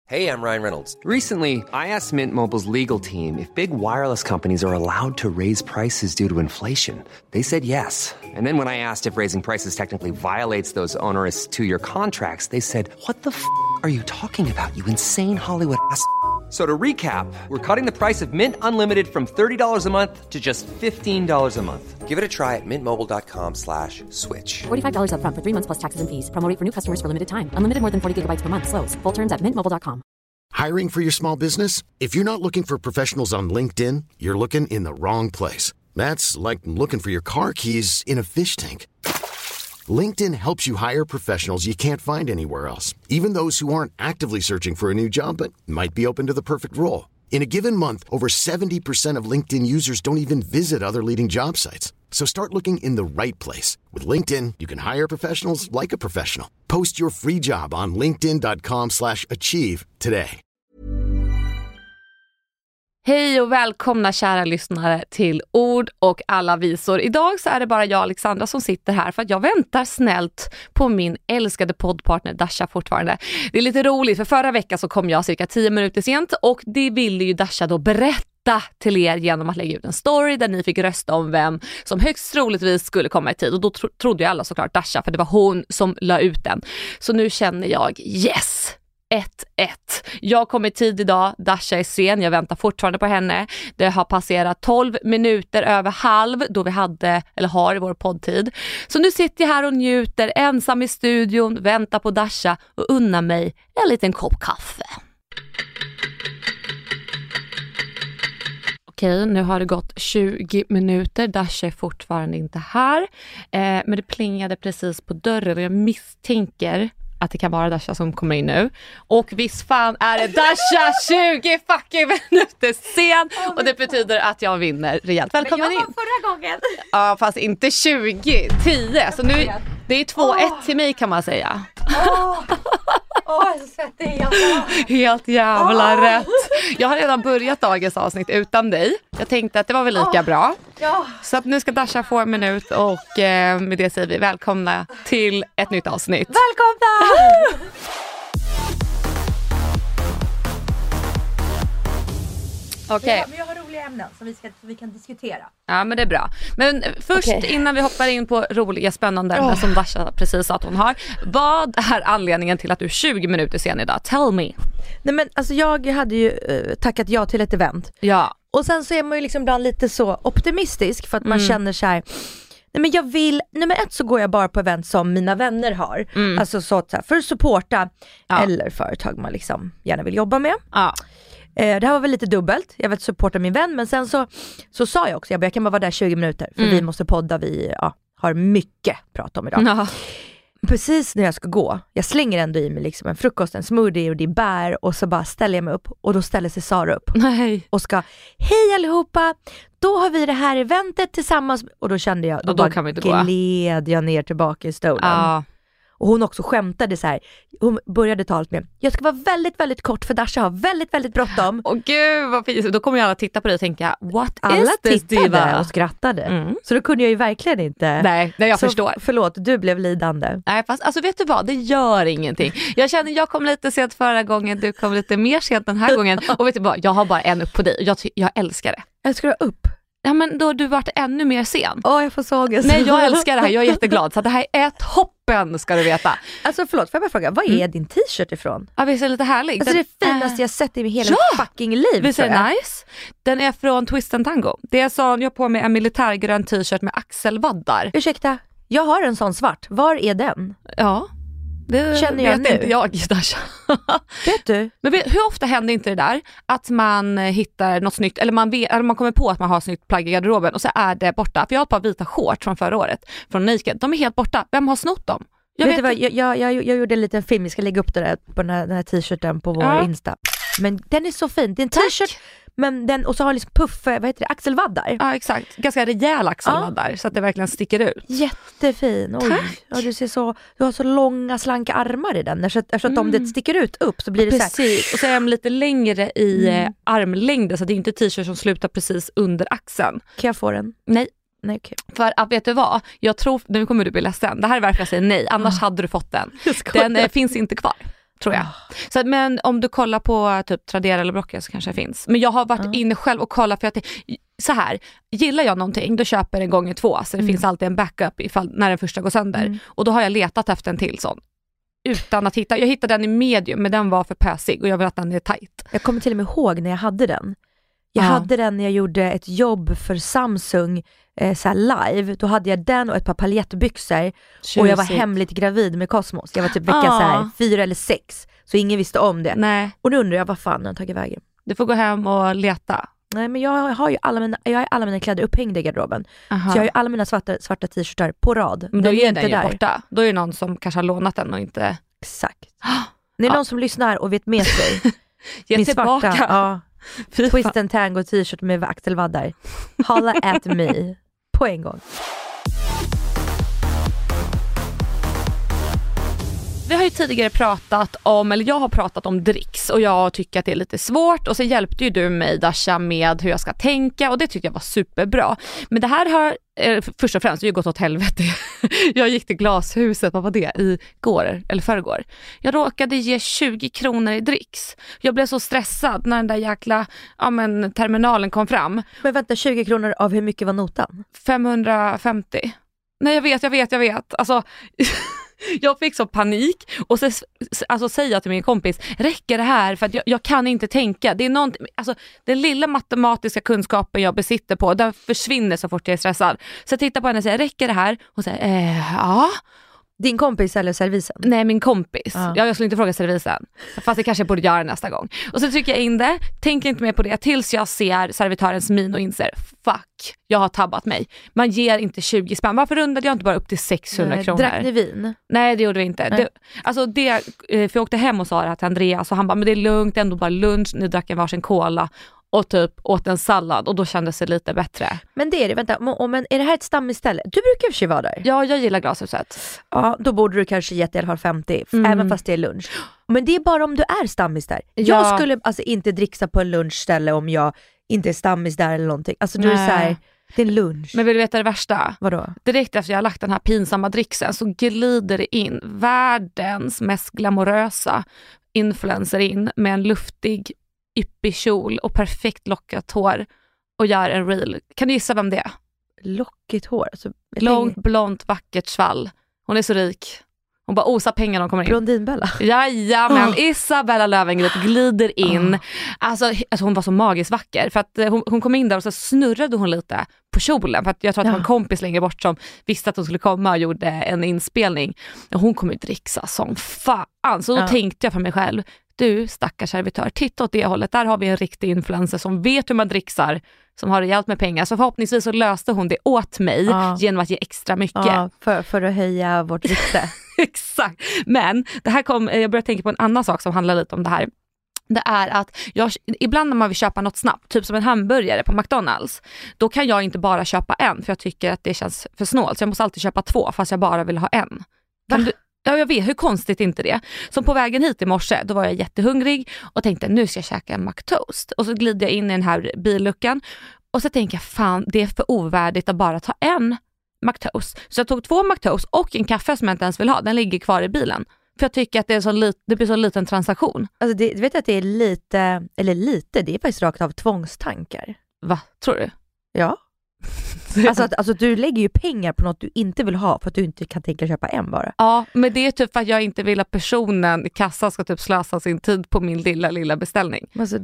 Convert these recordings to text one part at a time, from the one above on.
Hey, I'm Ryan Reynolds. Recently, I asked Mint Mobile's legal team if big wireless companies are allowed to raise prices due to inflation. They said yes. And then when I asked if raising prices technically violates those onerous two-year contracts, they said, "What the f*** are you talking about, you insane Hollywood ass?" So to recap, we're cutting the price of Mint Unlimited from $30 a month to just $15 a month. Give it a try at mintmobile.com/switch. $45 up front for 3 months plus taxes and fees. Promo rate for new customers for limited time. Unlimited more than 40 gigabytes per month. Slows full terms at mintmobile.com. Hiring for your small business? If you're not looking for professionals on LinkedIn, you're looking in the wrong place. That's like looking for your car keys in a fish tank. LinkedIn helps you hire professionals you can't find anywhere else, even those who aren't actively searching for a new job but might be open to the perfect role. In a given month, over 70% of LinkedIn users don't even visit other leading job sites. So start looking in the right place. With LinkedIn, you can hire professionals like a professional. Post your free job on linkedin.com/achieve today. Hej och välkomna kära lyssnare till Ord och alla visor. Idag så är det bara jag, Alexandra, som sitter här för att jag väntar snällt på min älskade poddpartner Dasha fortfarande. Det är lite roligt för förra veckan så kom jag cirka 10 minuter sent och det ville ju Dasha då berätta till er genom att lägga ut en story där ni fick rösta om vem som högst troligtvis skulle komma i tid. Och då trodde ju alla såklart Dasha, för det var hon som la ut den. Så nu känner jag, yes! 1-1. Jag kom i tid idag, Dasha är sen, jag väntar fortfarande på henne. Det har passerat 12 minuter över halv då vi har vår poddtid. Så nu sitter jag här och njuter ensam i studion, väntar på Dasha och unnar mig en liten kopp kaffe. Okej, nu har det gått 20 minuter. Dasha är fortfarande inte här. Men det plingade precis på dörren och jag misstänker att det kan vara Dasha som kommer in nu. Och visst fan är det Dasha 20 fucking minuter sen. Och det betyder att jag vinner rejält. Välkommen in. Jag var förra gången. Ja, fast inte 20, 10. Så nu, det är 2-1 till mig kan man säga. Jag är så svettig. Helt jävla rätt. Jag har redan börjat dagens avsnitt utan dig. Jag tänkte att det var väl lika bra. Ja. Så att nu ska Dasha få en minut och med det säger vi välkomna till ett nytt avsnitt. Välkomna! Okej. Men jag har roliga ämnen som vi kan diskutera. Ja, men det är bra. Men först innan vi hoppar in på roliga spännande ämnen som Dasha precis sa att hon har. Vad är anledningen till att du är 20 minuter sen idag? Tell me. Nej men alltså jag hade ju tackat ja till ett event. Ja. Och sen så är man ju liksom ibland lite så optimistisk för att man känner så här. Nej men jag vill, nummer 1 så går jag bara på event som mina vänner har. Alltså så att, för att supporta eller företag man liksom gärna vill jobba med. Ja. Det här var väl lite dubbelt. Jag vill supporta min vän, men sen så sa jag också, jag kan bara vara där 20 minuter för vi måste podda, vi har mycket att prata om idag. Ja. Precis när jag ska gå, jag slänger ändå i mig liksom en frukost, en smoothie och det är bär och så bara ställer jag mig upp och då ställer sig Sara upp. Nej. Och ska, hej allihopa, då har vi det här eventet tillsammans och då kände jag, då kan vi inte gled jag ner tillbaka i stolen. Ja. Och hon också skämtade så här. Hon började talet med, jag ska vara väldigt, väldigt kort för Dasha har väldigt, väldigt bråttom. Åh gud, vad fint. Då kommer jag alla titta på dig och tänka, what alla is this tittade diva? och skrattade. Så då kunde jag ju verkligen inte. Nej, jag så förstår. Förlåt, du blev lidande. Nej, fast alltså vet du vad, det gör ingenting. Jag känner, jag kom lite sent förra gången, du kom lite mer sent den här gången. Och vet du vad, jag har bara en upp på dig och jag älskar det. Jag ska upp. Ja, men då har du varit ännu mer sen. Jag får sågas. Nej, jag älskar det här, jag är jätteglad. Så det här är ett hoppen, ska du veta. Alltså förlåt, får jag bara fråga, vad är din t-shirt ifrån? Ja, visst är det lite härligt. Alltså det finaste jag sett i hela mitt fucking liv. Visst är det nice? Den är från Twist & Tango. Det är så, jag har på mig en militärgrön t-shirt med axelvaddar. Ursäkta, jag har en sån svart. Var är den? Ja. Det känner jag vet nu. Inte jag, Dasha. Vet du? Men hur ofta händer inte det där att man hittar något snyggt eller man kommer på att man har snyggt plagg i garderoben och så är det borta. För jag har ett par vita shorts från förra året från Naked. De är helt borta. Vem har snott dem? Jag gjorde en liten film. Jag ska lägga upp det där på den här t-shirten på vår Insta. Men den är så fin. Det är en t-shirt. Men den, och så har liksom axelvaddar. Ja, exakt. Ganska rejäla axelvaddar så att det verkligen sticker ut. Jättefin. Oj. Ja, du har så långa slanka armar i den. Eftersom om det sticker ut upp så blir det precis. Så här. Och så är de lite längre i armlängden så det är inte t-shirt som slutar precis under axeln. Kan jag få den? Nej. Nej, okay. För att vet du vad? Jag tror, nu kommer du bli ledsen. Det här är varför jag säger nej. Annars hade du fått den. Den finns inte kvar. tror jag. Så, men om du kollar på typ Tradera eller Blocket så kanske det finns. Men jag har varit inne själv och kollat för att så här, gillar jag någonting då köper jag en gång i 2 så det finns alltid en backup ifall när den första går sönder. Och då har jag letat efter en till sån. Utan att hitta. Jag hittade den i medium men den var för pösig och jag vill att den är tight. Jag kommer till och med ihåg när jag hade den. Jag hade den när jag gjorde ett jobb för Samsung så här live. Då hade jag den och ett par paljettbyxor. Och jag var hemligt gravid med Cosmos. Jag var typ vecka så här 4 eller 6. Så ingen visste om det. Nej. Och nu undrar jag vad fan den har tagit vägen. Du får gå hem och leta. Nej, men jag har alla mina kläder upphängda i garderoben. Så jag har ju alla mina svarta t-shirtar på rad. Men då är den ju borta. Då är det någon som kanske har lånat den och inte... Exakt. Det är någon som lyssnar och vet med sig. Ge min tillbaka. Svarta, Twist and Tango t-shirt med axelvaddar. Holla at me. På en gång. Vi har ju tidigare pratat om, eller jag har pratat om dricks och jag tycker att det är lite svårt och så hjälpte ju du mig Dasha med hur jag ska tänka och det tyckte jag var superbra. Men det här har först och främst ju gått åt helvete. Jag gick till Glashuset, vad var det? Igår eller förrgår. Jag råkade ge 20 kronor i dricks. Jag blev så stressad när den där jäkla terminalen kom fram. Men vänta, 20 kronor av hur mycket var notan? 550. Nej, jag vet. Alltså... Jag fick så panik och så säger jag till min kompis, räcker det här för att jag kan inte tänka. Det är den lilla matematiska kunskapen jag besitter på, den försvinner så fort jag är stressad. Så jag tittar på henne och säger, räcker det här? Och säger, ja. Din kompis eller servisen? Nej, min kompis. Jag skulle inte fråga servisen. Fast det kanske jag borde göra nästa gång. Och så trycker jag in det, tänker inte mer på det tills jag ser servitörens min och inser, fuck, jag har tabbat mig. Man ger inte 20 spänn. Varför rundade jag inte bara upp till 600 kronor? Drack ni vin? Nej, det gjorde vi inte. För jag åkte hem och sa det här till Andreas och han bara, men det är lugnt, ändå bara lunch. Ni drack en varsin cola och typ åt en sallad och då kändes det lite bättre. Men det är det, vänta, men är det här ett stammisställe? Du brukar ju vara där. Ja, jag gillar Glashuset. Ja, då borde du kanske gett i alla fall 50, även fast det är lunch. Men det är bara om du är stammis där. Ja. Jag skulle alltså inte dricksa på en lunchställe om jag inte är stammis där eller någonting. Alltså du är så här, det är lunch. Men vill du veta det värsta? Vadå? Direkt efter jag har lagt den här pinsamma dricksen så glider det in världens mest glamorösa influencer in med en luftig yppig kjol och perfekt lockat hår och gör en reel. Kan du gissa vem det är? Lockigt hår? Alltså, långt, blont, vackert svall. Hon är så rik. Hon bara osar pengar när hon kommer in. Blondinbella? Jajamän, Isabella Löwengrip glider in. Alltså hon var så magiskt vacker. För att hon kom in där och så snurrade hon lite på kjolen. För att jag tror att det var en kompis längre bort som visste att hon skulle komma och gjorde en inspelning. Och hon kommer ju dricksa som fan. Så då tänkte jag för mig själv, du stackars servitör, titta åt det hållet. Där har vi en riktig influencer som vet hur man dricksar, som har rejält med pengar. Så förhoppningsvis så löste hon det åt mig genom att ge extra mycket. Ja, för att höja vårt rykte. Exakt. Men det här jag började tänka på en annan sak som handlar lite om det här. Det är att ibland när man vill köpa något snabbt, typ som en hamburgare på McDonald's, då kan jag inte bara köpa en för jag tycker att det känns för snålt. Så jag måste alltid köpa 2 fast jag bara vill ha en. Ja, jag vet, hur konstigt inte det. Som på vägen hit i morse, då var jag jättehungrig och tänkte, nu ska jag käka en McToast. Och så glider jag in i den här billuckan och så tänker jag, fan, det är för ovärdigt att bara ta en McToast. Så jag tog 2 McToast och en kaffe som jag inte ens vill ha. Den ligger kvar i bilen. För jag tycker att det blir så en liten transaktion. Alltså du vet att det är lite, det är faktiskt rakt av tvångstankar. Va, tror du? Ja. Alltså du lägger ju pengar på något du inte vill ha för att du inte kan tänka köpa en bara. Ja, men det är typ för att jag inte vill att personen i kassan ska typ slösa sin tid på min lilla beställning. Alltså,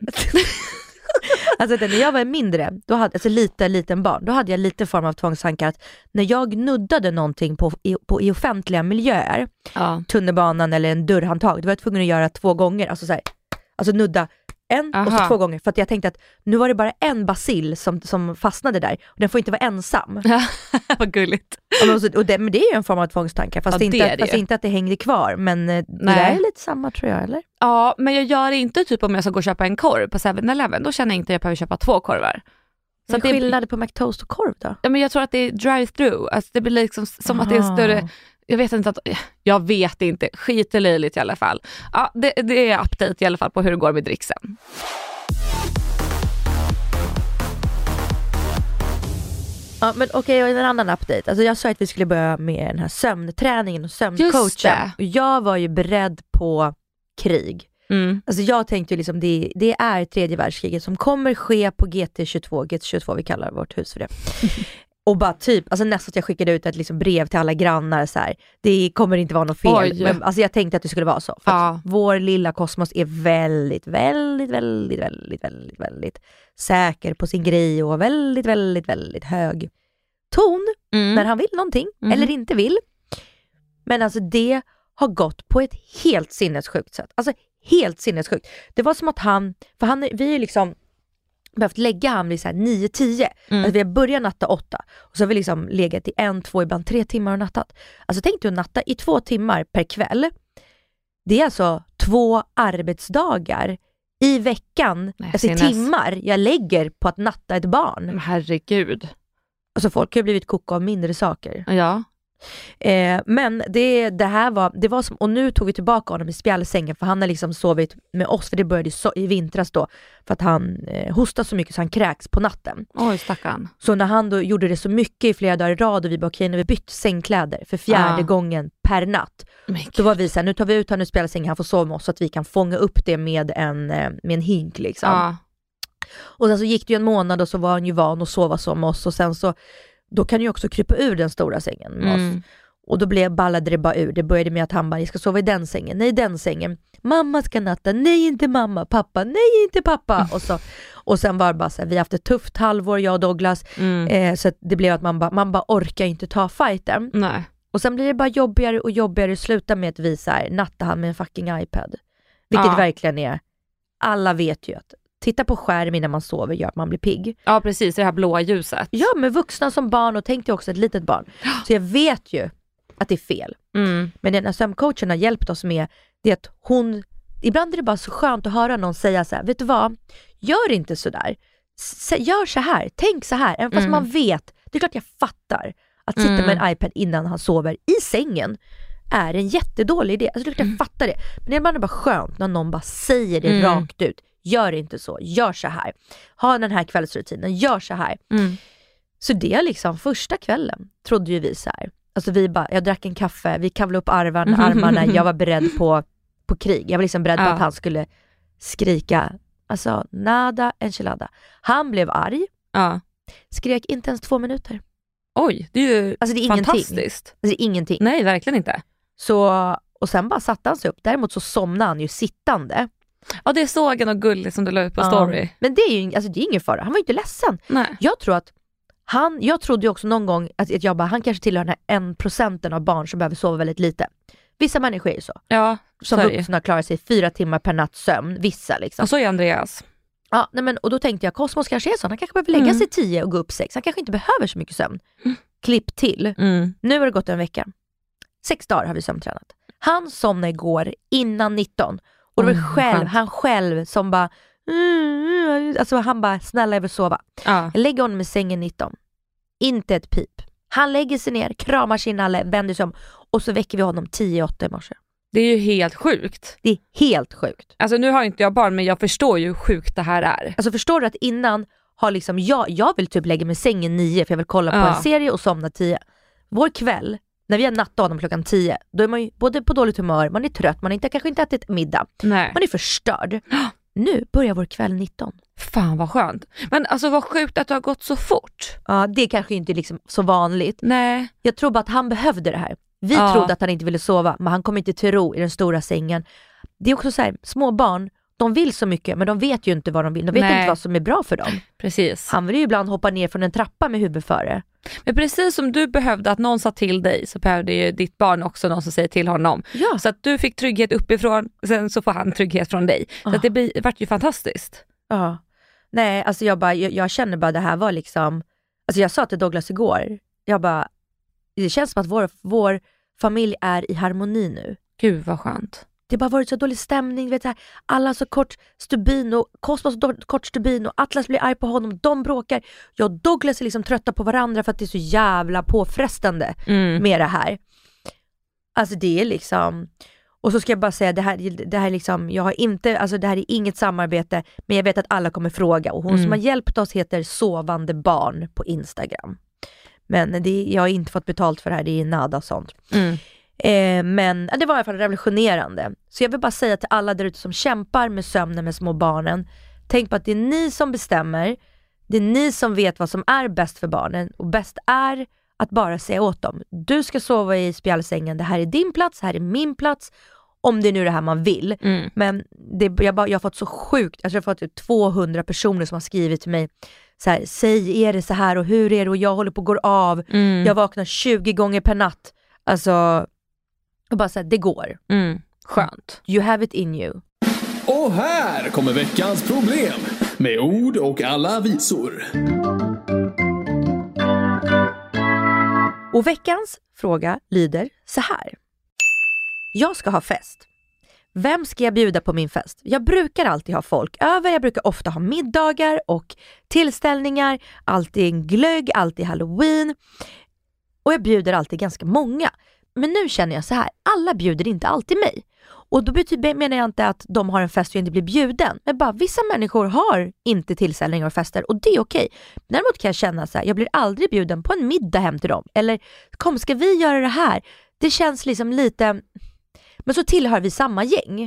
alltså när jag var mindre, då hade, alltså liten barn, då hade jag lite form av tvångstankar att när jag nuddade någonting i offentliga miljöer, tunnelbanan eller en dörrhandtag, då var jag tvungen att göra 2 gånger, alltså nudda en och så 2 gånger, för att jag tänkte att nu var det bara en bacill som fastnade där och den får inte vara ensam. Vad gulligt. Men det är ju en form av tvångstankar, fast inte att det hängde kvar, men det där är lite samma tror jag, eller? Ja, men jag gör det inte typ om jag ska gå och köpa en korv på 7-Eleven, då känner jag inte att jag behöver köpa 2 korvar. Så det är skillnad på McToast och korv då? Ja, men jag tror att det är drive-through, alltså det blir liksom som att det är större. Jag vet inte, skit är löjligt i alla fall. Ja, det är update i alla fall på hur det går med dricksen. Ja, men okej, och en annan update. Alltså jag sa att vi skulle börja med den här sömnträningen och sömncoachen. Och jag var ju beredd på krig. Alltså jag tänkte ju liksom det är tredje världskriget som kommer ske på GT22, vi kallar vårt hus för det. Och bara typ, alltså nästan att jag skickade ut ett liksom brev till alla grannar så här. Det kommer inte vara något fel. Men, alltså jag tänkte att det skulle vara så. För att vår lilla kosmos är väldigt, väldigt, väldigt, väldigt, väldigt, väldigt säker på sin grej och väldigt, väldigt, väldigt hög ton när han vill någonting eller inte vill. Men alltså det har gått på ett helt sinnessjukt sätt. Alltså helt sinnessjukt. Det var som att vi är liksom behövt lägga han vid 9-10. Alltså vi har börjat natta 8. Och så har vi liksom legat i 1, 2, ibland 3 timmar och nattat. Alltså tänk dig att natta i 2 timmar per kväll. Det är alltså 2 arbetsdagar i veckan. Alltså i timmar jag lägger på att natta ett barn. Herregud. Alltså folk har blivit koka av mindre saker. Ja. Men det var som, och nu tog vi tillbaka honom i spjälsängen för han har liksom sovit med oss, för det började i vintras då för att han hostade så mycket så han kräks på natten. Oj, stackarn. Så när han då gjorde det så mycket i flera dagar i rad och vi bara okej, när vi bytt sängkläder för 4:e gången per natt, då var vi så här, nu tar vi ut han ur spjälsängen, han får sova med oss så att vi kan fånga upp det med en hink liksom. Och sen så gick det ju en månad och så var han ju van att sova så med oss och sen så då kan ju också krypa ur den stora sängen med oss. Och då ballade det bara ur. Det började med att han bara, jag ska sova i den sängen. Nej, den sängen. Mamma ska natta. Nej, inte mamma. Pappa. Nej, inte pappa. Och sen var det bara så här, vi har haft ett tufft halvår, jag och Douglas. Så att det blev att man bara orkar inte ta fighten. Nej. Och sen blir det bara jobbigare och jobbigare. Sluta med att vi så här, natta han med en fucking iPad. Vilket verkligen är, alla vet ju att titta på skärm innan man sover gör att man blir pigg. Ja, precis. Det här blåa ljuset. Ja, med vuxna som barn och tänkte också ett litet barn. Så jag vet ju att det är fel. Men den här sömncoachen har hjälpt oss med det att ibland är det bara så skönt att höra någon säga så här, vet du vad? Gör inte så där. Gör så här. Tänk så här. Även fast man vet, det är klart jag fattar att sitta med en iPad innan han sover i sängen är en jättedålig idé. Alltså det är klart jag fattar det. Men det är bara skönt när någon bara säger det rakt ut. Gör inte så, gör så här. Ha den här kvällsrutinen, gör så här. Så det är liksom första kvällen trodde ju vi så här. Alltså jag drack en kaffe, vi kavlade upp armarna, jag var beredd på krig. Jag var liksom beredd på att han skulle skrika, alltså nada enchilada. Han blev arg, skrek inte ens 2 minuter. Oj, det är ju alltså, det är fantastiskt. Alltså, det är ingenting. Nej, verkligen inte. Så, och sen bara satte han sig upp. Däremot så somnade han ju sittande. Ja, det är sågen och gullig som du la ut på story. Men det är ju alltså, det är ingen fara. Han var ju inte ledsen. Nej. Jag trodde ju också någon gång att jag bara, han kanske tillhör den här 1% av barn som behöver sova väldigt lite. Vissa människor är ju så. Ja, som vuxna klarar sig 4 timmar per natt sömn. Vissa liksom. Och så är Andreas. Ja, nej men, och då tänkte jag, Kosmos kanske är så. Han kanske behöver lägga sig 10 och gå upp 6. Han kanske inte behöver så mycket sömn. Klipp till. Nu har det gått en vecka. 6 dagar har vi sömntränat. Han somnade igår innan 19. Och det var han själv som bara alltså han bara, snälla jag vill sova. Jag lägger honom i sängen 19. Inte ett pip. Han lägger sig ner, kramar sin nalle, vänder sig om och så väcker vi honom 10-8 i morse. Det är ju helt sjukt. Det är helt sjukt. Alltså nu har inte jag barn, men jag förstår ju hur sjukt det här är. Alltså förstår du att innan har liksom jag vill typ lägga mig i sängen 9 för jag vill kolla på en serie och somna 10. Vår kväll, när vi har nattat honom klockan 10, då är man ju både på dåligt humör, man är trött, man har kanske inte ätit middag. Nej. Man är förstörd. Nu börjar vår kväll 19. Fan vad skönt. Men alltså vad sjukt att det har gått så fort. Ja, det är kanske inte liksom så vanligt. Nej. Jag tror bara att han behövde det här. Vi trodde att han inte ville sova, men han kom inte till ro i den stora sängen. Det är också så här, små barn, de vill så mycket, men de vet ju inte vad de vill. De vet inte vad som är bra för dem. Precis. Han vill ju ibland hoppa ner från en trappa med huvudet före. Men precis som du behövde att någon sa till dig, så behövde ju ditt barn också någon som säger till honom. Ja. Så att du fick trygghet uppifrån, sen så får han trygghet från dig. Så att det vart ju fantastiskt. Ja. Nej, alltså jag känner bara det här var liksom, alltså jag sa till Douglas igår, jag bara, det känns som att vår familj är i harmoni nu. Gud vad skönt. Det har bara varit så dålig stämning, vet du, alla så kort stubin och Kosmos så kort stubin och Atlas blir arg på honom, de bråkar. Jag och Douglas är liksom trötta på varandra för att det är så jävla påfrestande med det här. Alltså det är liksom, och så ska jag bara säga det här är liksom, jag har inte, alltså det här är inget samarbete, men jag vet att alla kommer fråga och hon som har hjälpt oss heter Sovande barn på Instagram. Men jag har inte fått betalt för det här, det är nada sånt. Men det var i alla fall revolutionerande. Så jag vill bara säga till alla där ute som kämpar med sömnen med små barnen, tänk på att det är ni som bestämmer. Det är ni som vet vad som är bäst för barnen. Och bäst är att bara säga åt dem: du ska sova i spjälsängen, det här är din plats, det här är min plats. Om det är nu det här man vill. Men jag har fått så sjukt, alltså jag har fått 200 personer som har skrivit till mig så här: säg, är det så här och hur är det, och jag håller på att gå av. Jag vaknar 20 gånger per natt. Alltså, och bara så här, det går. Skönt. You have it in you. Och här kommer veckans problem med ord och alla visor. Och veckans fråga lyder så här: jag ska ha fest. Vem ska jag bjuda på min fest? Jag brukar alltid ha folk över. Jag brukar ofta ha middagar och tillställningar. Alltid en glögg, alltid Halloween. Och jag bjuder alltid ganska många. Men nu känner jag så här: alla bjuder inte alltid mig. Och då menar jag inte att de har en fest och jag inte blir bjuden. Men bara vissa människor har inte tillställningar och fester, och det är okej. Däremot kan jag känna så här: jag blir aldrig bjuden på en middag hem till dem. Eller kom, ska vi göra det här? Det känns liksom lite... Men så tillhör vi samma gäng.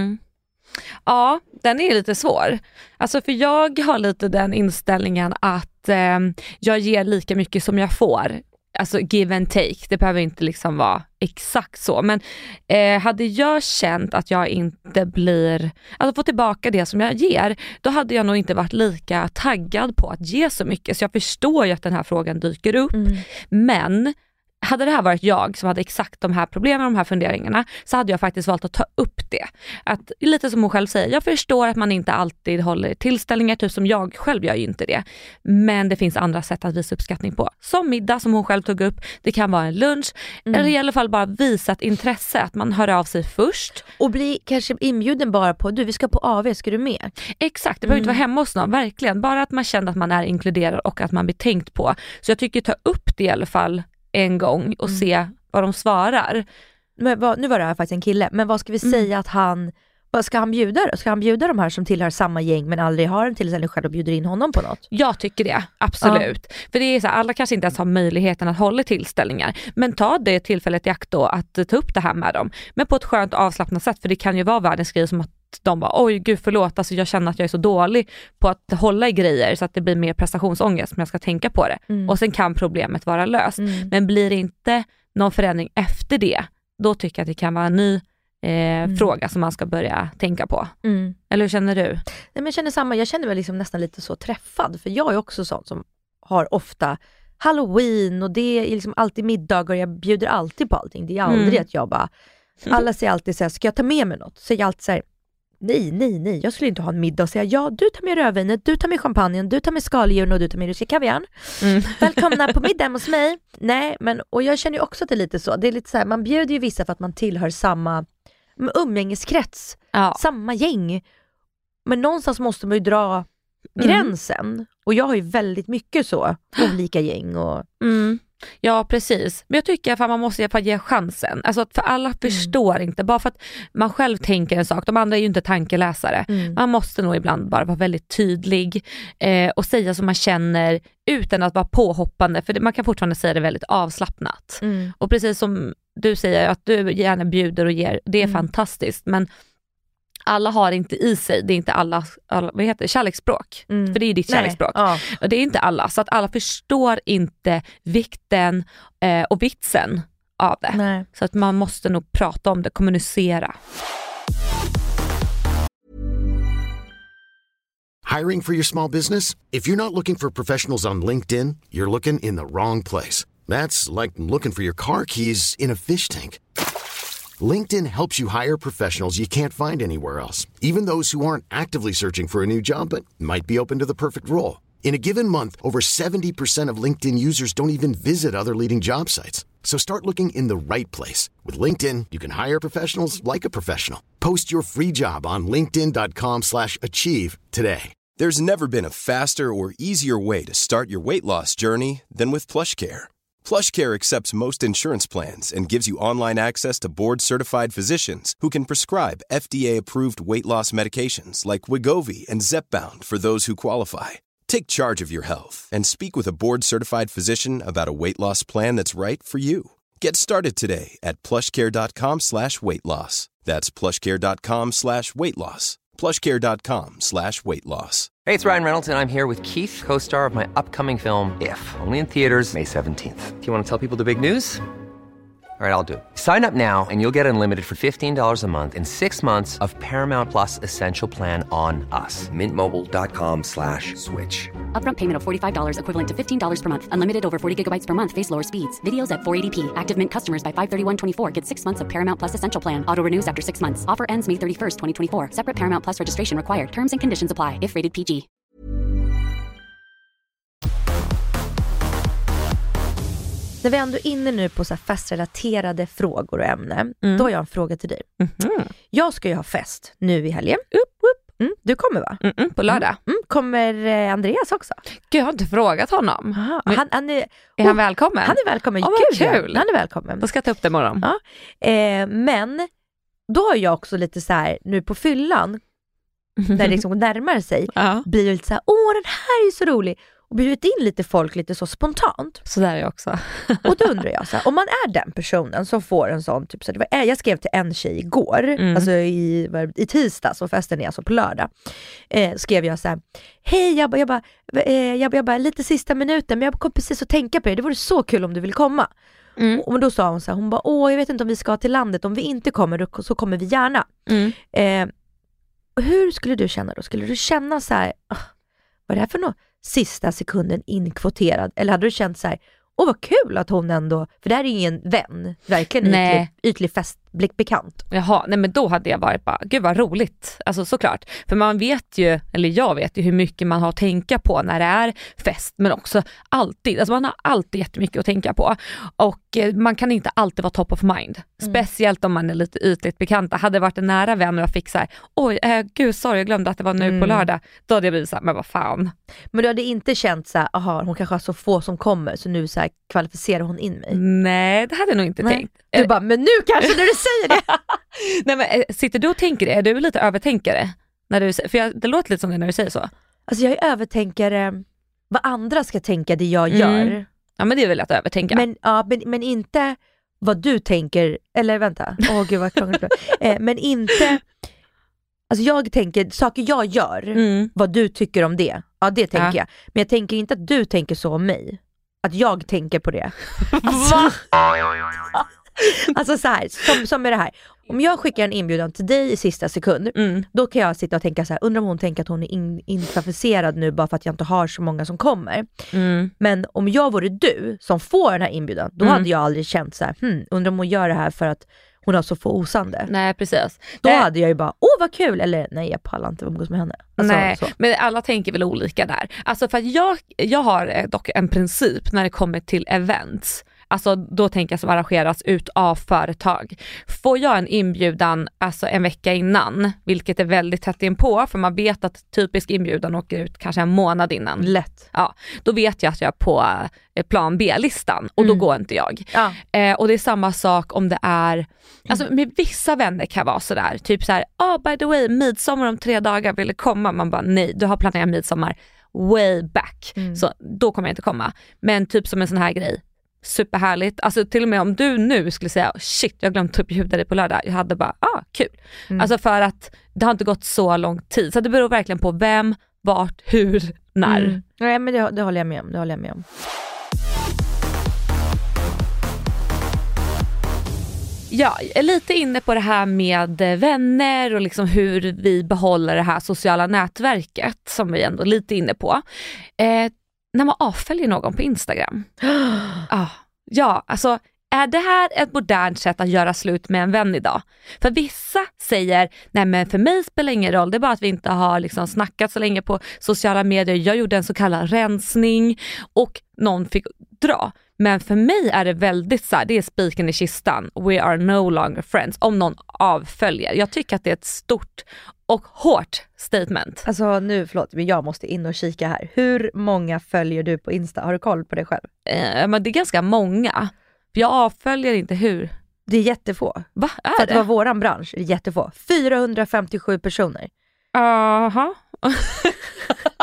Ja, den är lite svår. Alltså för jag har lite den inställningen att jag ger lika mycket som jag får. Alltså give and take. Det behöver inte liksom vara exakt så. Men hade jag känt att jag inte blir... Alltså få tillbaka det som jag ger, då hade jag nog inte varit lika taggad på att ge så mycket. Så jag förstår ju att den här frågan dyker upp. Men... hade det här varit jag som hade exakt de här problemen, de här funderingarna, så hade jag faktiskt valt att ta upp det. Att lite som hon själv säger, jag förstår att man inte alltid håller tillställningar, typ som jag själv gör ju inte det. Men det finns andra sätt att visa uppskattning på. Som middag som hon själv tog upp, det kan vara en lunch, eller i alla fall bara visa ett intresse, att man hör av sig först. Och bli kanske inbjuden bara på, du, vi ska på AV, ska du med? Exakt, det behöver inte vara hemma hos någon, verkligen. Bara att man känner att man är inkluderad och att man blir tänkt på. Så jag tycker ta upp det i alla fall en gång och se vad de svarar. Men nu var det här faktiskt en kille, men vad ska vi säga att vad ska han bjuda då? Ska han bjuda de här som tillhör samma gäng men aldrig har en tillställning själv och bjuder in honom på något? Jag tycker det, absolut. För det är så här, alla kanske inte ens har möjligheten att hålla tillställningar, men ta det tillfället i akt då att ta upp det här med dem. Men på ett skönt avslappnat sätt, för det kan ju vara världens grej som att de bara, oj gud förlåt, alltså jag känner att jag är så dålig på att hålla i grejer så att det blir mer prestationsångest, men jag ska tänka på det. Och sen kan problemet vara löst. Men blir det inte någon förändring efter det, då tycker jag att det kan vara en ny fråga som man ska börja tänka på. Eller hur känner du? Nej, men jag känner samma, jag känner mig liksom nästan lite så träffad, för jag är också sån som har ofta Halloween och det är liksom alltid middagar och jag bjuder alltid på allting. Det är aldrig att jag bara, alla säger alltid så här, ska jag ta med mig något? Så jag alltid så här, nej, jag skulle inte ha en middag och säga, ja, du tar med rödvinet, du tar med champagnen, du tar med skaldjuren och du tar med ryska kaviarn. Välkomna på middag hos mig. Nej, men, och jag känner ju också att det är lite så. Det är lite så här, man bjuder ju vissa för att man tillhör samma umgängeskrets, samma gäng. Men någonstans måste man ju dra gränsen. Och jag har ju väldigt mycket så, olika gäng och... Ja, precis. Men jag tycker att man måste ge chansen. Alltså för alla förstår inte. Bara för att man själv tänker en sak. De andra är ju inte tankeläsare. Man måste nog ibland bara vara väldigt tydlig och säga som man känner utan att vara påhoppande. För man kan fortfarande säga det väldigt avslappnat. Och precis som du säger, att du gärna bjuder och ger. Det är fantastiskt. Men alla har inte i sig, det är inte alla vad heter det, kärleksspråk. För det är ju ditt kärleksspråk. Och det är inte alla, så att alla förstår inte vikten och vitsen av det. Nej. Så att man måste nog prata om det, kommunicera. Hiring for your small business? If you're not looking for professionals on LinkedIn, you're looking in the wrong place. That's like looking for your car keys in a fish tank. LinkedIn helps you hire professionals you can't find anywhere else, even those who aren't actively searching for a new job but might be open to the perfect role. In a given month, over 70% of LinkedIn users don't even visit other leading job sites. So start looking in the right place. With LinkedIn, you can hire professionals like a professional. Post your free job on linkedin.com/achieve today. There's never been a faster or easier way to start your weight loss journey than with PlushCare. PlushCare accepts most insurance plans and gives you online access to board-certified physicians who can prescribe FDA-approved weight loss medications like Wegovy and Zepbound for those who qualify. Take charge of your health and speak with a board-certified physician about a weight loss plan that's right for you. Get started today at plushcare.com/weight-loss. That's plushcare.com/weight-loss. plushcare.com/weight-loss. Hey, it's Ryan Reynolds, and I'm here with Keith, co-star of my upcoming film, If, only in theaters May 17th. Do you want to tell people the big news? All right, I'll do it. Sign up now and you'll get unlimited for $15 a month and 6 months of Paramount Plus Essential Plan on us. mintmobile.com/switch. Upfront payment of $45 equivalent to $15 per month. Unlimited over 40 gigabytes per month. Face lower speeds. Videos at 480p. Active Mint customers by 531.24 get 6 months of Paramount Plus Essential Plan. Auto renews after 6 months. Offer ends May 31st, 2024. Separate Paramount Plus registration required. Terms and conditions apply if rated PG. När vi ändå är inne nu på så här festrelaterade frågor och ämnen, då har jag en fråga till dig. Jag ska ju ha fest nu i helgen. Du kommer va? På lördag. Kommer Andreas också? Gud, jag har inte frågat honom. Han är han välkommen? Han är välkommen. Vad kul. Han är välkommen. Då ska jag ta upp det imorgon. Ja. Men då har jag också lite så här nu på fyllan när det liksom närmar sig blir det lite så här, den här är så rolig. Och bjudit in lite folk lite så spontant. Så där är jag också. Och då undrar jag så här, om man är den personen som får en sån typ så det var, jag skrev till en tjej igår, alltså i tisdag, så festen är alltså på lördag. Skrev jag så här: hej, jag bara lite sista minuten, men jag kom precis att tänka på det vore så kul om du vill komma. Och då sa hon så här, hon bara, jag vet inte om vi ska till landet, om vi inte kommer så kommer vi gärna. Hur skulle du känna då? Skulle du känna så här, vad är det här för något? Sista sekunden inkvoterad, eller hade du känt så här, vad kul att hon ändå, för det här är ingen vän, verkligen ytlig festblick bekant. Jaha, nej men då hade jag varit bara, gud vad roligt, alltså såklart, för man vet ju, eller jag vet ju hur mycket man har att tänka på när det är fest, men också alltid, alltså man har alltid jättemycket att tänka på och man kan inte alltid vara top of mind, speciellt om man är lite ytligt bekanta. Hade det varit en nära vän och jag fick så här, gud sorry, jag glömde att det var nu på lördag, då hade jag blivit så här, men vad fan. Men du hade inte känt så här, hon kanske har så få som kommer, så nu så här kvalificerar hon in mig? Nej, det hade jag nog inte tänkt. Du bara, men nu kanske när du säger det. Nej, men sitter du och tänker det? Är du lite övertänkare? När du, för det låter lite som det när du säger så. Alltså jag är övertänkare vad andra ska tänka det jag gör. Ja, men det är väl att övertänka. Men inte vad du tänker, eller vänta. Gud vad krångligt. Men inte, alltså jag tänker saker jag gör, vad du tycker om det. Ja, det tänker jag. Men jag tänker inte att du tänker så om mig. Att jag tänker på det. Va? Alltså så här, som med det här. Om jag skickar en inbjudan till dig i sista sekund, då kan jag sitta och tänka så här, undrar om hon tänker att hon är inkvalificerad nu bara för att jag inte har så många som kommer. Men om jag vore du som får den här inbjudan, då hade jag aldrig känt så här, undrar om hon gör det här för att hon har så få osande. Nej, precis. Då hade jag ju bara, vad kul, eller nej, jag pallar inte umgås med henne. Alltså, nej, så. Men alla tänker väl olika där. Alltså för att jag har dock en princip när det kommer till events. Alltså då tänker jag som arrangeras ut av företag. Får jag en inbjudan alltså en vecka innan, vilket är väldigt tätt inpå, för man vet att typisk inbjudan åker ut kanske en månad innan. Lätt. Ja, då vet jag att jag är på plan B-listan och då går inte jag. Ja. Och det är samma sak om det är, alltså med vissa vänner kan vara sådär, typ såhär, by the way, midsommar om 3 dagar ville komma. Man bara, nej, du har planerat midsommar way back. Så då kommer jag inte komma. Men typ som en sån här grej, superhärligt. Alltså till och med om du nu skulle säga, shit, jag glömde att bjuda dig på lördag. Jag hade bara, kul. Alltså för att det har inte gått så lång tid. Så det beror verkligen på vem, vart, hur, när. Nej, men det håller jag med om. Ja, jag är lite inne på det här med vänner och liksom hur vi behåller det här sociala nätverket som vi ändå är lite inne på. När man avföljer någon på Instagram. Ja, alltså är det här ett modernt sätt att göra slut med en vän idag? För vissa säger, nej men för mig spelar ingen roll, det är bara att vi inte har liksom snackat så länge på sociala medier. Jag gjorde en så kallad rensning och någon fick dra. Men för mig är det väldigt så här, det är spiken i kistan. We are no longer friends. Om någon avföljer. Jag tycker att det är ett stort och hårt statement. Alltså nu, förlåt, men jag måste in och kika här. Hur många följer du på Insta? Har du koll på det själv? Men det är ganska många. Jag avföljer inte hur. Det är jättefå. Va? För att det var våran bransch, är det jättefå. 457 personer. Aha.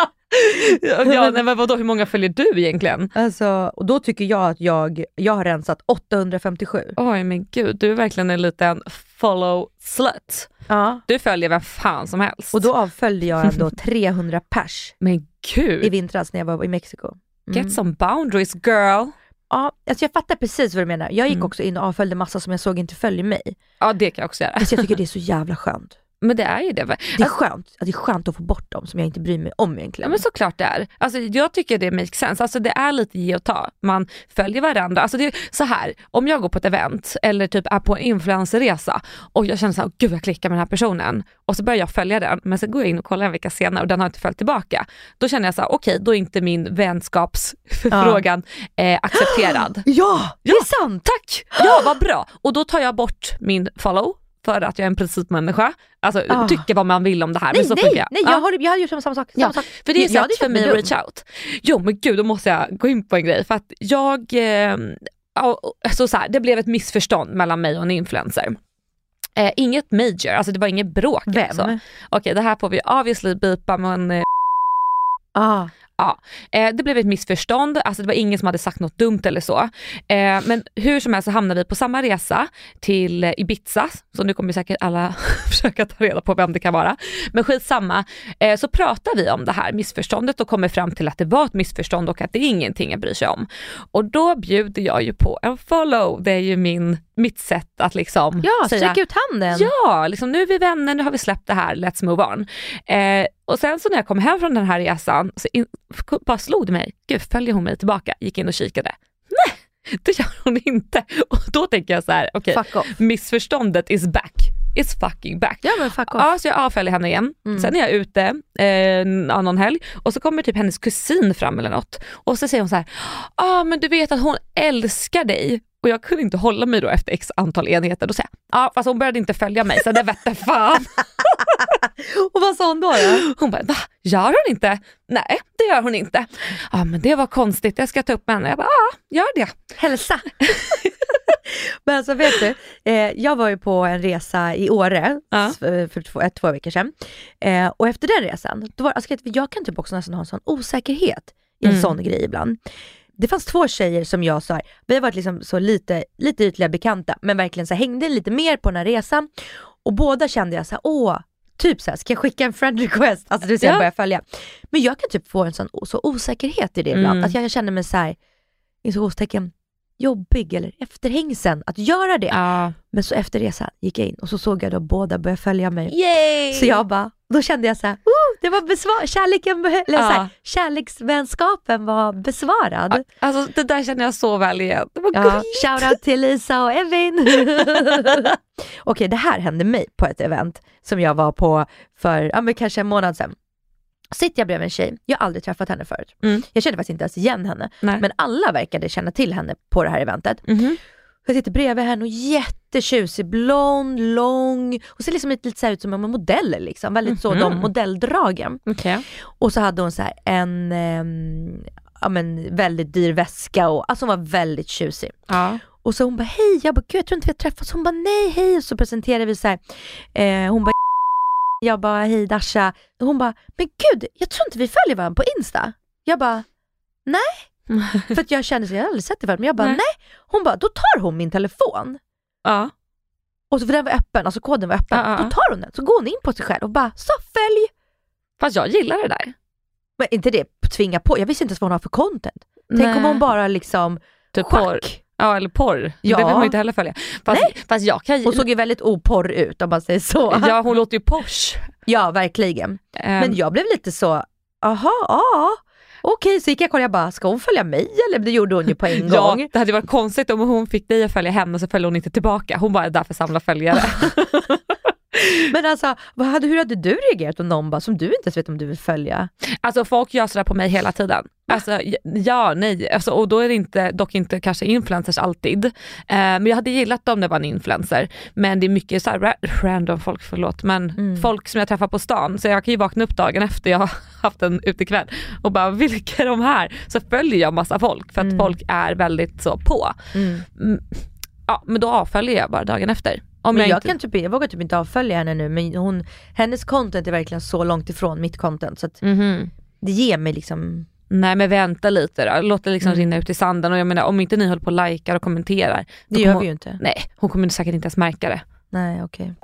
Ja, nej, men vadå, hur många följer du egentligen? Alltså, och då tycker jag att jag har rensat 857. Oj men gud, du är verkligen en liten follow slut. Ja. Du följer vem fan som helst. Och då avföljde jag ändå 300 pers men gud. i vintras när jag var i Mexiko. Get some boundaries girl. Ja, alltså jag fattar precis vad du menar. Jag gick också in och avföljde massa som jag såg inte följer mig. Ja, det kan jag också göra. Men jag tycker det är så jävla skönt. Men det är ju det. Det är skönt att få bort dem som jag inte bryr mig om egentligen. Ja men såklart det är. Alltså jag tycker det makes sense. Alltså det är lite ge och ta. Man följer varandra. Alltså det är så här, om jag går på ett event eller typ är på en influencerresa och jag känner så här, gud jag klickar med den här personen och så börjar jag följa den, men så går jag in och kollar en vecka senare och den har inte följt tillbaka. Då känner jag så här, okej, då är inte min vänskapsförfrågan accepterad. Ja, det är sant. Tack! Ja, vad bra. Och då tar jag bort min follow för att jag är en principmänniska. Alltså tycker vad man vill om det här. Nej, men så nej, jag har gjort samma sak. För det är sätt för mig att reach out. Jo men gud, då måste jag gå in på en grej. För att så här, det blev ett missförstånd mellan mig och en influencer. Inget major, alltså det var inget bråk. Vem? Okej, det här får vi obviously bipa, men... Ja, det blev ett missförstånd, alltså det var ingen som hade sagt något dumt eller så. Men hur som helst så hamnade vi på samma resa till Ibiza, så nu kommer säkert alla försöka ta reda på vem det kan vara. Men skitsamma, så pratar vi om det här missförståndet och kommer fram till att det var ett missförstånd och att det är ingenting att bry sig om. Och då bjuder jag ju på en follow, det är ju mitt sätt att liksom säga, sträcka ut handen. Ja, liksom nu är vi vänner, nu har vi släppt det här, let's move on. Och sen så när jag kom hem från den här resan så bara slog det mig, gud, följer hon mig tillbaka? Gick in och kikade. Nej, det gör hon inte. Och då tänker jag så här, okej, missförståndet is back. It's fucking back. Ja, men fuck off. Ja, så jag avföljer henne igen. Sen är jag ute någon helg och så kommer typ hennes kusin fram eller något. Och så säger hon så här, men du vet att hon älskar dig. Och jag kunde inte hålla mig då efter x antal enheter. Då säger jag, fast hon började inte följa mig, så det vette fan. Och vad sa hon då? Hon bara, va? Gör hon inte? Nej, det gör hon inte. Men det var konstigt, jag ska ta upp med henne. Jag bara, gör det. Hälsa. Men alltså vet du, jag var ju på en resa i Åre för 2 veckor sedan. Och efter den resan, då var, alltså, jag kan typ också nästan ha en sån osäkerhet i en sån grej ibland. Det fanns 2 tjejer som jag sa, vi har varit liksom så lite ytliga bekanta, men verkligen så hängde lite mer på den här resan. Och båda kände jag så här, typ så här, ska jag skicka en friend request? Alltså du ser jag börjar följa. Men jag kan typ få en sån så osäkerhet i det ibland. Att jag känner mig så här, i så ostecken jobbig eller efterhängsen att göra det. Men så efter resan gick jag in och så såg jag då båda börja följa mig. Yay! Så jag bara, då kände jag så här, det var kärleksvänskapen var besvarad. Alltså det där känner jag så väl igen. Det var shoutout till Lisa och Evin. Okej, det här hände mig på ett event som jag var på för kanske en månad sedan. Sitter jag bredvid en tjej, jag har aldrig träffat henne förut. Jag kände faktiskt inte ens igen henne. Nej. Men alla verkade känna till henne på det här eventet. Jag sitter bredvid henne och jättetjusig, blond, lång och ser liksom lite så här ut som en modell liksom. Väldigt så de modelldragen. Och så hade hon så här en väldigt dyr väska och alltså hon var väldigt tjusig. Och så hon bara, hej, jag bara, gud, jag tror inte vi har träffats. Hon bara, nej, hej. Och så presenterade vi så här, hon bara, jag bara, hej Dasha. Och hon bara, men gud, jag tror inte vi följer varandra på Insta. Jag bara, nej. För att jag kände så, jag hade aldrig sett det förut. Men jag bara, nej. Hon bara, då tar hon min telefon. Och så för den var öppen, alltså koden var öppen. Då tar hon den, så går hon in på sig själv och bara, så följ. Fast jag gillar det där. Men inte det, tvinga på. Jag visste inte ens vad hon har för content. Tänk om hon bara liksom typ porr. Ja, eller porr. Ja. Det vill man inte heller följa. Fast jag kan... Hon såg ju väldigt oporr ut om man säger så. Ja, hon låter ju Porsche. Ja, verkligen. Men jag blev lite så, okej, så gick jag och kollade, jag bara, ska hon följa mig? Eller det gjorde hon ju på en gång. Ja, det hade varit konstigt om hon fick dig att följa henne så följde hon inte tillbaka. Hon bara är där för att samla följare. Men alltså, hur hade du reagerat om någon bara, som du inte ens vet om du vill följa? Alltså folk gör sådär på mig hela tiden. Alltså, alltså, och då är det dock inte kanske influencers alltid. Men jag hade gillat om det var en influencer. Men det är mycket så här random folk, men folk som jag träffar på stan. Så jag kan ju vakna upp dagen efter jag har haft en utekväll och bara, vilka är de här? Så följer jag massa folk för att folk är väldigt så på. Ja, men då avföljer jag bara dagen efter. Men jag vågar typ inte avfölja henne nu, men hennes content är verkligen så långt ifrån mitt content så att, Det ger mig liksom... Nej, men vänta lite då. Låt det liksom rinna ut i sanden. Och jag menar, om inte ni håller på och likar och kommenterar. Det gör vi ju inte. Nej, hon kommer säkert inte ens märka det. Nej, okej.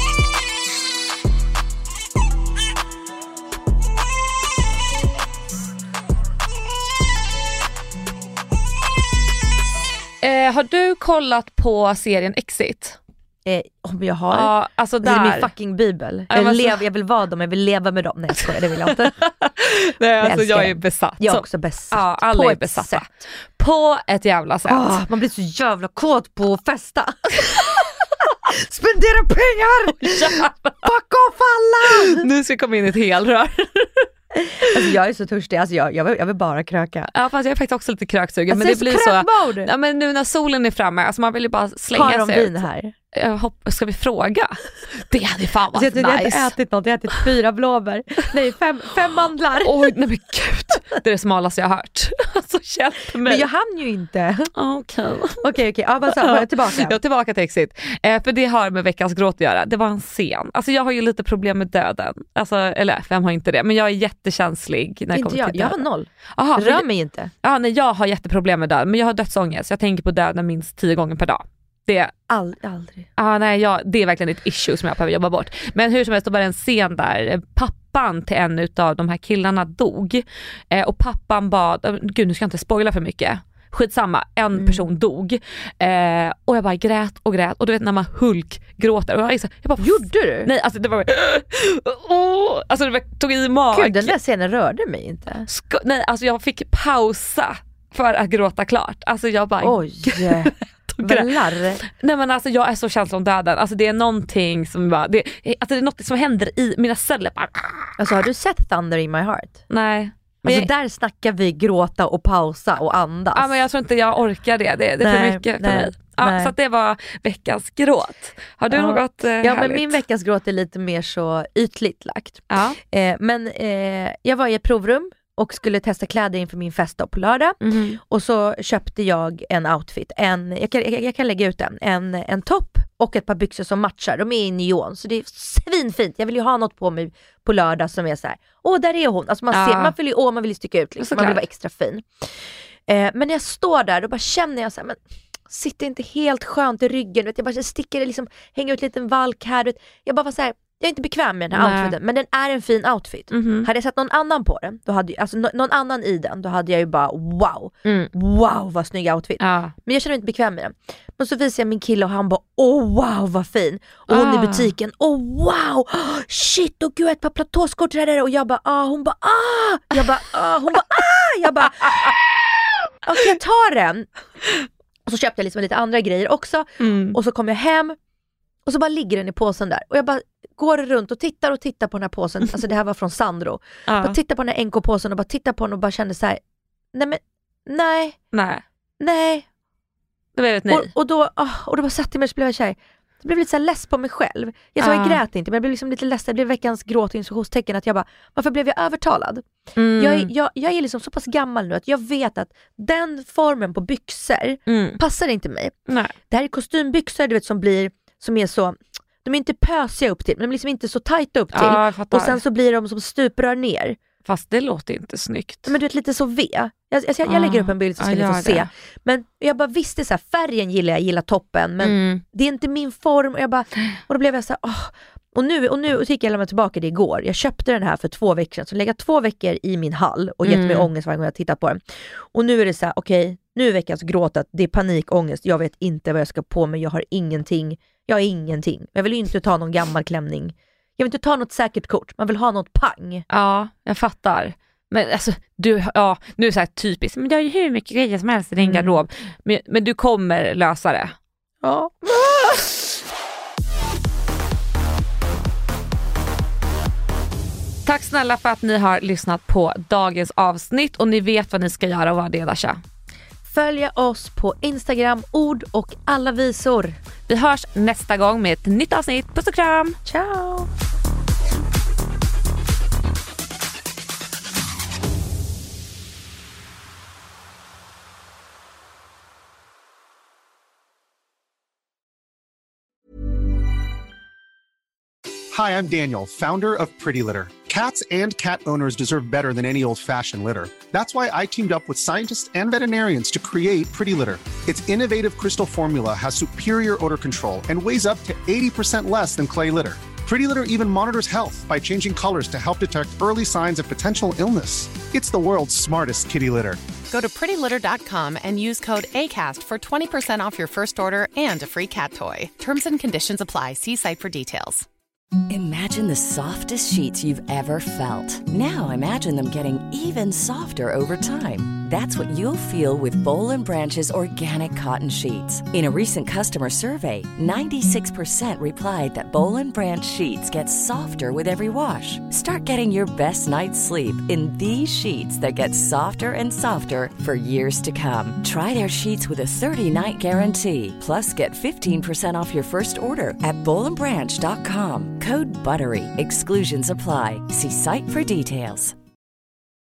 Har du kollat på serien Exit? Om jag har. Ja, alltså Det är där. min fucking bibel. Jag vill vara dem, jag vill leva med dem. Nej, jag skojar, det vill jag inte. Nej, alltså älskar jag är det. besatt. Jag är Så- också besatt. Ja, alla På är ett besatta. sätt. På ett jävla sätt. Man blir så jävla kåt på att festa. Spendera pengar! Fuck off alla! Nu ska jag komma in i ett helrör. Alltså jag är så törstig, alltså jag vill bara kröka. Ja, fast jag är faktiskt också lite kröksugen. Alltså, Men det blir så... krökmode. Ja, men nu när solen är framme, alltså man vill ju bara slänga Har de sig vin ut. här? Ska vi fråga? Det hade fan Alltså, varit jag har inte nice. ätit något, jag har ätit 4 blåbär. Nej, 5 mandlar. Oj, nej men gud. Det är det smalaste jag har hört. Alltså hjälp mig. Men jag hann ju inte. Okej. Ja, bara så, var jag tillbaka. Jag är tillbaka till Exit. För det har med veckans gråt att göra. Det var en scen. Alltså jag har ju lite problem med döden. Alltså, eller vem har inte det? Men jag är jättekänslig när det Inte kommer jag, till jag har döden. 0. Aha, Rör mig inte. Ja, nej, jag har jätteproblem med döden. Men jag har dödsångest. Jag tänker på döden minst 10 gånger per dag. Det Aldrig. det är verkligen ett issue som jag behöver jobba bort. Men hur som helst, det var en scen där pappan till en av de här killarna dog. Och pappan bad, gud nu ska jag inte spoila för mycket. Skitsamma, en person dog. Och jag bara grät. Och du vet när man gråter. Och jag bara, Gjorde du? Nej, alltså det var alltså det tog i mag. Gud, den där scenen rörde mig inte. Nej, alltså jag fick pausa för att gråta klart. Alltså jag bara... Oj. Vällar. Nej men alltså jag är så känslig om döden. Alltså det är någonting som bara, det är något som händer i mina celler. Alltså har du sett Thunder in my heart? Nej. Men Alltså där snackar vi gråta och pausa och andas. Ja, men jag tror inte jag orkar det. Det är för mycket för mig. Ja, så att det var veckans gråt. Har du något Ja, härligt? men min veckans gråt är lite mer så ytligt lagt. Ja. Jag var i ett provrum och skulle testa kläder inför min fest på lördag. Och så köpte jag en outfit. Jag kan lägga ut en topp och ett par byxor som matchar. De är i neon, så det är svinfint. Jag vill ju ha något på mig på lördag som är så här. Där är hon. Alltså man vill ju man vill sticka ut liksom. Man vill vara extra fin. Men när jag står där, då bara känner jag så här, men sitter inte helt skönt i ryggen. Vet, jag bara sticker liksom, hänger ut en liten valk här. Vet. Jag bara var så här, jag är inte bekväm med den här outfiten, men den är en fin outfit. Hade jag sett någon annan på den, då hade alltså någon annan i den, då hade jag ju bara wow vad snygg outfit. Men jag känner mig inte bekväm med den. Men så visar jag min kille och han bara wow vad fin. Och hon i butiken, wow shit, och gud ett par platåskor där. Och jag bara hon bara jag bara hon bara jag bara okej, jag tar den. Och så köpte jag liksom lite andra grejer också. Och så kom jag hem och så bara ligger den i påsen där. Och jag bara går runt och tittar på den här påsen. Alltså det här var från Sandro. Bara tittar på den här NK-påsen och bara tittar på den och bara kände så här: nej. Det var ett nej. Och då bara satt jag mig och så blev jag kär. Jag blev lite så här less på mig själv. Jag grät inte, men jag blev liksom lite ledsen. Det blev veckans gråt och tecken att jag bara, varför blev jag övertalad? Jag är liksom så pass gammal nu att jag vet att den formen på byxor passar inte mig. Nej. Det här är kostymbyxor, du vet, som är så, de är inte pösiga upp till, men de är liksom inte så tajta upp till. Och sen så blir de som stuprör ner. Fast det låter inte snyggt. Men du vet, lite så V. Jag lägger upp en bild så ska ni få se. Men jag bara visste så här, färgen gillar toppen, men det är inte min form. Och då blev jag så här, Och nu gick jag lämna tillbaka det igår. Jag köpte den här för 2 veckor sedan. Så lägger 2 veckor i min hall och gett mig ångest varje gång jag tittat på den. Och nu är det så här, okej, nu är veckans gråtat. Det är panikångest. Jag vet inte vad jag ska på mig. Jag har ingenting. Jag vill ju inte ta någon gammal klänning. Jag vill inte ta något säkert kort. Man vill ha något pang. Ja, jag fattar. Men alltså, nu är det så här typiskt. Men du har ju hur mycket grejer som helst i din garderob. Men du kommer lösa det. Ja. Tack snälla för att ni har lyssnat på dagens avsnitt. Och ni vet vad ni ska göra och vad det är, Dasha. Följa oss på Instagram, ord och alla visor. Vi hörs nästa gång med ett nytt avsnitt. Puss och kram. Ciao. Hi, I'm Daniel, founder of Pretty Litter. Cats and cat owners deserve better than any old-fashioned litter. That's why I teamed up with scientists and veterinarians to create Pretty Litter. Its innovative crystal formula has superior odor control and weighs up to 80% less than clay litter. Pretty Litter even monitors health by changing colors to help detect early signs of potential illness. It's the world's smartest kitty litter. Go to prettylitter.com and use code ACAST for 20% off your first order and a free cat toy. Terms and conditions apply. See site for details. Imagine the softest sheets you've ever felt. Now imagine them getting even softer over time. That's what you'll feel with Boll & Branch's organic cotton sheets. In a recent customer survey, 96% replied that Boll & Branch sheets get softer with every wash. Start getting your best night's sleep in these sheets that get softer and softer for years to come. Try their sheets with a 30-night guarantee. Plus, get 15% off your first order at bollandbranch.com. Code BUTTERY. Exclusions apply. See site for details.